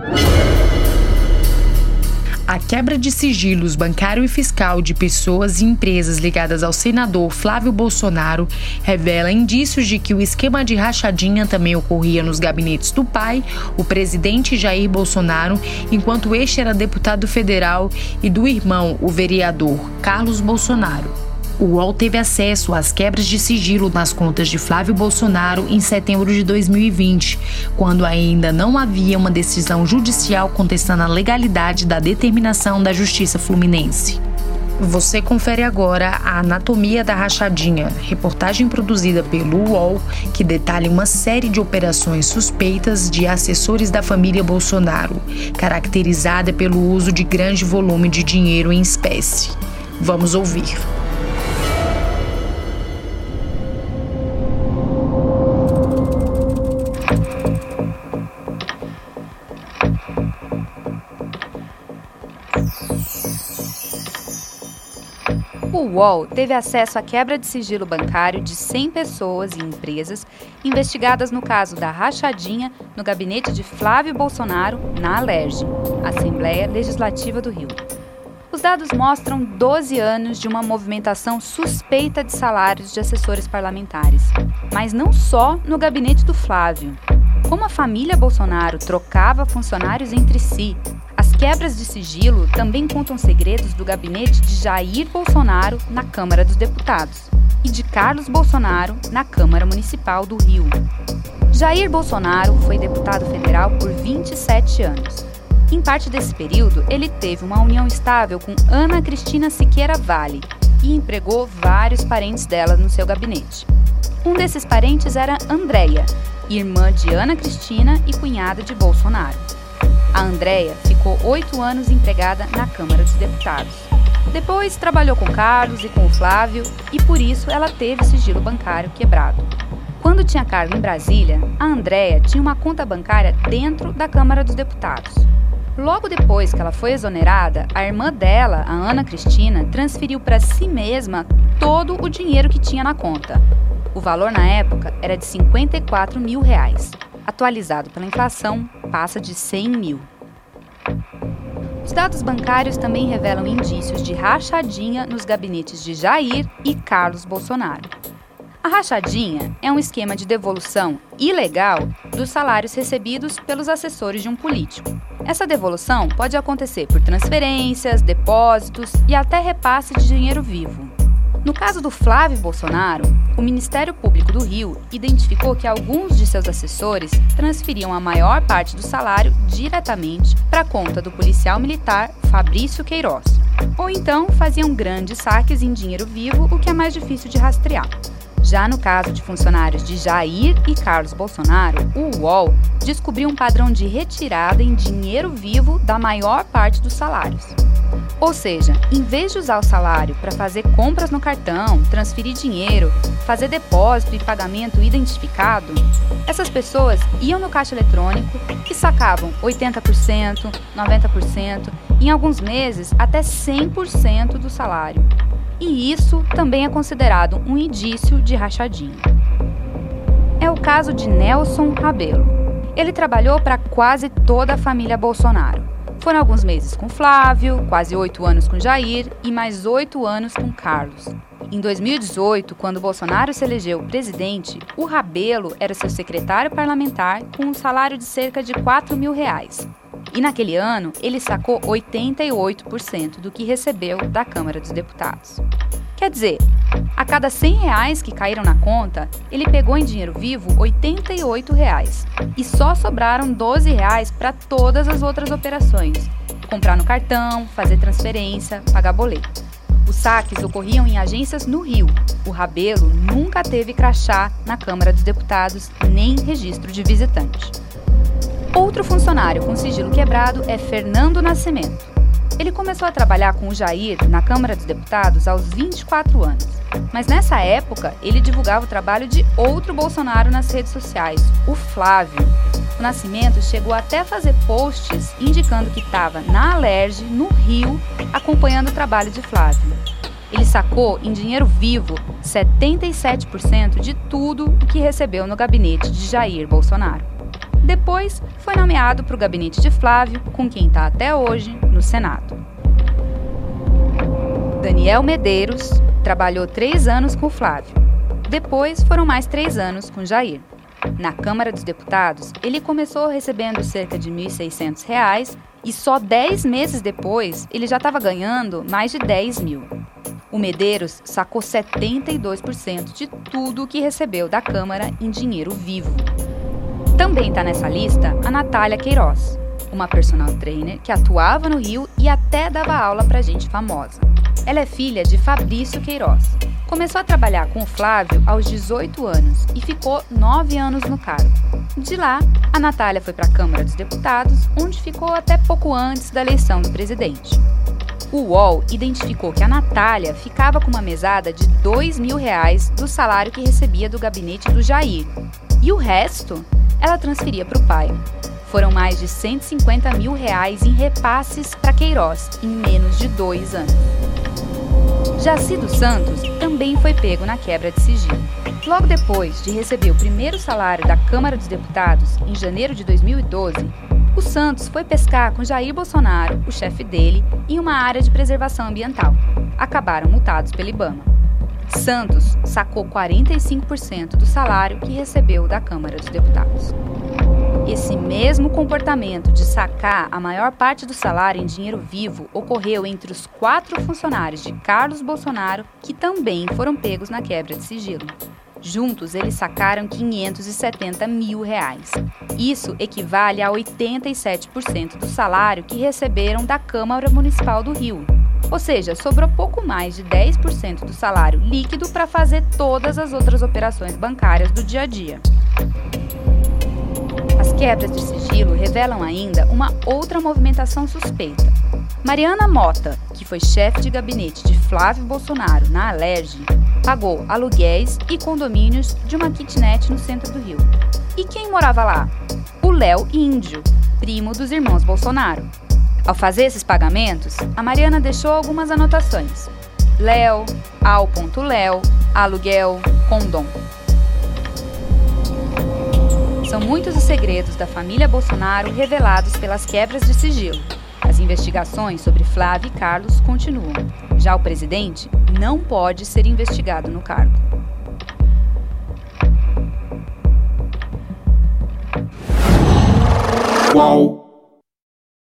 A quebra de sigilos bancário e fiscal de pessoas e empresas ligadas ao senador Flávio Bolsonaro revela indícios de que o esquema de rachadinha também ocorria nos gabinetes do pai, o presidente Jair Bolsonaro, enquanto este era deputado federal, e do irmão, o vereador Carlos Bolsonaro. O UOL teve acesso às quebras de sigilo nas contas de Flávio Bolsonaro em setembro de 2020, quando ainda não havia uma decisão judicial contestando a legalidade da determinação da Justiça Fluminense. Você confere agora a Anatomia da Rachadinha, reportagem produzida pelo UOL, que detalha uma série de operações suspeitas de assessores da família Bolsonaro, caracterizada pelo uso de grande volume de dinheiro em espécie. Vamos ouvir. O UOL teve acesso à quebra de sigilo bancário de 100 pessoas e empresas investigadas no caso da rachadinha no gabinete de Flávio Bolsonaro na Alerj, Assembleia Legislativa do Rio. Os dados mostram 12 anos de uma movimentação suspeita de salários de assessores parlamentares, mas não só no gabinete do Flávio. Como a família Bolsonaro trocava funcionários entre si, as quebras de sigilo também contam segredos do gabinete de Jair Bolsonaro na Câmara dos Deputados e de Carlos Bolsonaro na Câmara Municipal do Rio. Jair Bolsonaro foi deputado federal por 27 anos. Em parte desse período, ele teve uma união estável com Ana Cristina Siqueira Vale e empregou vários parentes dela no seu gabinete. Um desses parentes era Andréia, irmã de Ana Cristina e cunhada de Bolsonaro. A Andréia ficou 8 anos empregada na Câmara dos Deputados. Depois trabalhou com Carlos e com o Flávio e por isso ela teve sigilo bancário quebrado. Quando tinha cargo em Brasília, a Andréia tinha uma conta bancária dentro da Câmara dos Deputados. Logo depois que ela foi exonerada, a irmã dela, a Ana Cristina, transferiu para si mesma todo o dinheiro que tinha na conta. O valor na época era de R$54 mil. Atualizado pela inflação, passa de 100 mil. Os dados bancários também revelam indícios de rachadinha nos gabinetes de Jair e Carlos Bolsonaro. A rachadinha é um esquema de devolução ilegal dos salários recebidos pelos assessores de um político. Essa devolução pode acontecer por transferências, depósitos e até repasse de dinheiro vivo. No caso do Flávio Bolsonaro, o Ministério Público do Rio identificou que alguns de seus assessores transferiam a maior parte do salário diretamente para a conta do policial militar Fabrício Queiroz, ou então faziam grandes saques em dinheiro vivo, o que é mais difícil de rastrear. Já no caso de funcionários de Jair e Carlos Bolsonaro, o UOL descobriu um padrão de retirada em dinheiro vivo da maior parte dos salários. Ou seja, em vez de usar o salário para fazer compras no cartão, transferir dinheiro, fazer depósito e pagamento identificado, essas pessoas iam no caixa eletrônico e sacavam 80%, 90%, em alguns meses até 100% do salário. E isso também é considerado um indício de rachadinha. É o caso de Nelson Rabelo. Ele trabalhou para quase toda a família Bolsonaro. Foram alguns meses com Flávio, quase 8 anos com Jair e mais 8 anos com Carlos. Em 2018, quando Bolsonaro se elegeu presidente, o Rabelo era seu secretário parlamentar com um salário de cerca de R$4 mil. E naquele ano, ele sacou 88% do que recebeu da Câmara dos Deputados. Quer dizer, a cada R$100 que caíram na conta, ele pegou em dinheiro vivo R$88. E só sobraram R$12 para todas as outras operações. Comprar no cartão, fazer transferência, pagar boleto. Os saques ocorriam em agências no Rio. O Rabelo nunca teve crachá na Câmara dos Deputados, nem registro de visitante. Outro funcionário com sigilo quebrado é Fernando Nascimento. Ele começou a trabalhar com o Jair na Câmara dos Deputados aos 24 anos. Mas nessa época, ele divulgava o trabalho de outro Bolsonaro nas redes sociais, o Flávio. O Nascimento chegou até a fazer posts indicando que estava na Alerj, no Rio, acompanhando o trabalho de Flávio. Ele sacou em dinheiro vivo 77% de tudo o que recebeu no gabinete de Jair Bolsonaro. Depois, foi nomeado para o gabinete de Flávio, com quem está até hoje no Senado. Daniel Medeiros trabalhou 3 anos com Flávio. Depois, foram mais 3 anos com Jair. Na Câmara dos Deputados, ele começou recebendo cerca de R$ 1.600 e só 10 meses depois, ele já estava ganhando mais de 10 mil. O Medeiros sacou 72% de tudo o que recebeu da Câmara em dinheiro vivo. Também está nessa lista a Natália Queiroz, uma personal trainer que atuava no Rio e até dava aula para gente famosa. Ela é filha de Fabrício Queiroz. Começou a trabalhar com o Flávio aos 18 anos e ficou 9 anos no cargo. De lá, a Natália foi para a Câmara dos Deputados, onde ficou até pouco antes da eleição do presidente. O UOL identificou que a Natália ficava com uma mesada de R$ 2.000 do salário que recebia do gabinete do Jair. E o resto, ela transferia para o pai. Foram mais de R$ 150 mil em repasses para Queiroz em menos de 2 anos. Jaci dos Santos também foi pego na quebra de sigilo. Logo depois de receber o primeiro salário da Câmara dos Deputados, em janeiro de 2012, o Santos foi pescar com Jair Bolsonaro, o chefe dele, em uma área de preservação ambiental. Acabaram multados pelo IBAMA. Santos sacou 45% do salário que recebeu da Câmara dos Deputados. Esse mesmo comportamento de sacar a maior parte do salário em dinheiro vivo ocorreu entre os 4 funcionários de Carlos Bolsonaro, que também foram pegos na quebra de sigilo. Juntos, eles sacaram R$ 570 mil. Isso equivale a 87% do salário que receberam da Câmara Municipal do Rio. Ou seja, sobrou pouco mais de 10% do salário líquido para fazer todas as outras operações bancárias do dia a dia. As quebras de sigilo revelam ainda uma outra movimentação suspeita. Mariana Mota, que foi chefe de gabinete de Flávio Bolsonaro na Alerj, pagou aluguéis e condomínios de uma kitnet no centro do Rio. E quem morava lá? O Léo Índio, primo dos irmãos Bolsonaro. Ao fazer esses pagamentos, a Mariana deixou algumas anotações. Léo, Al.Léo, aluguel, condom. São muitos os segredos da família Bolsonaro revelados pelas quebras de sigilo. As investigações sobre Flávio e Carlos continuam. Já o presidente não pode ser investigado no cargo. Uau!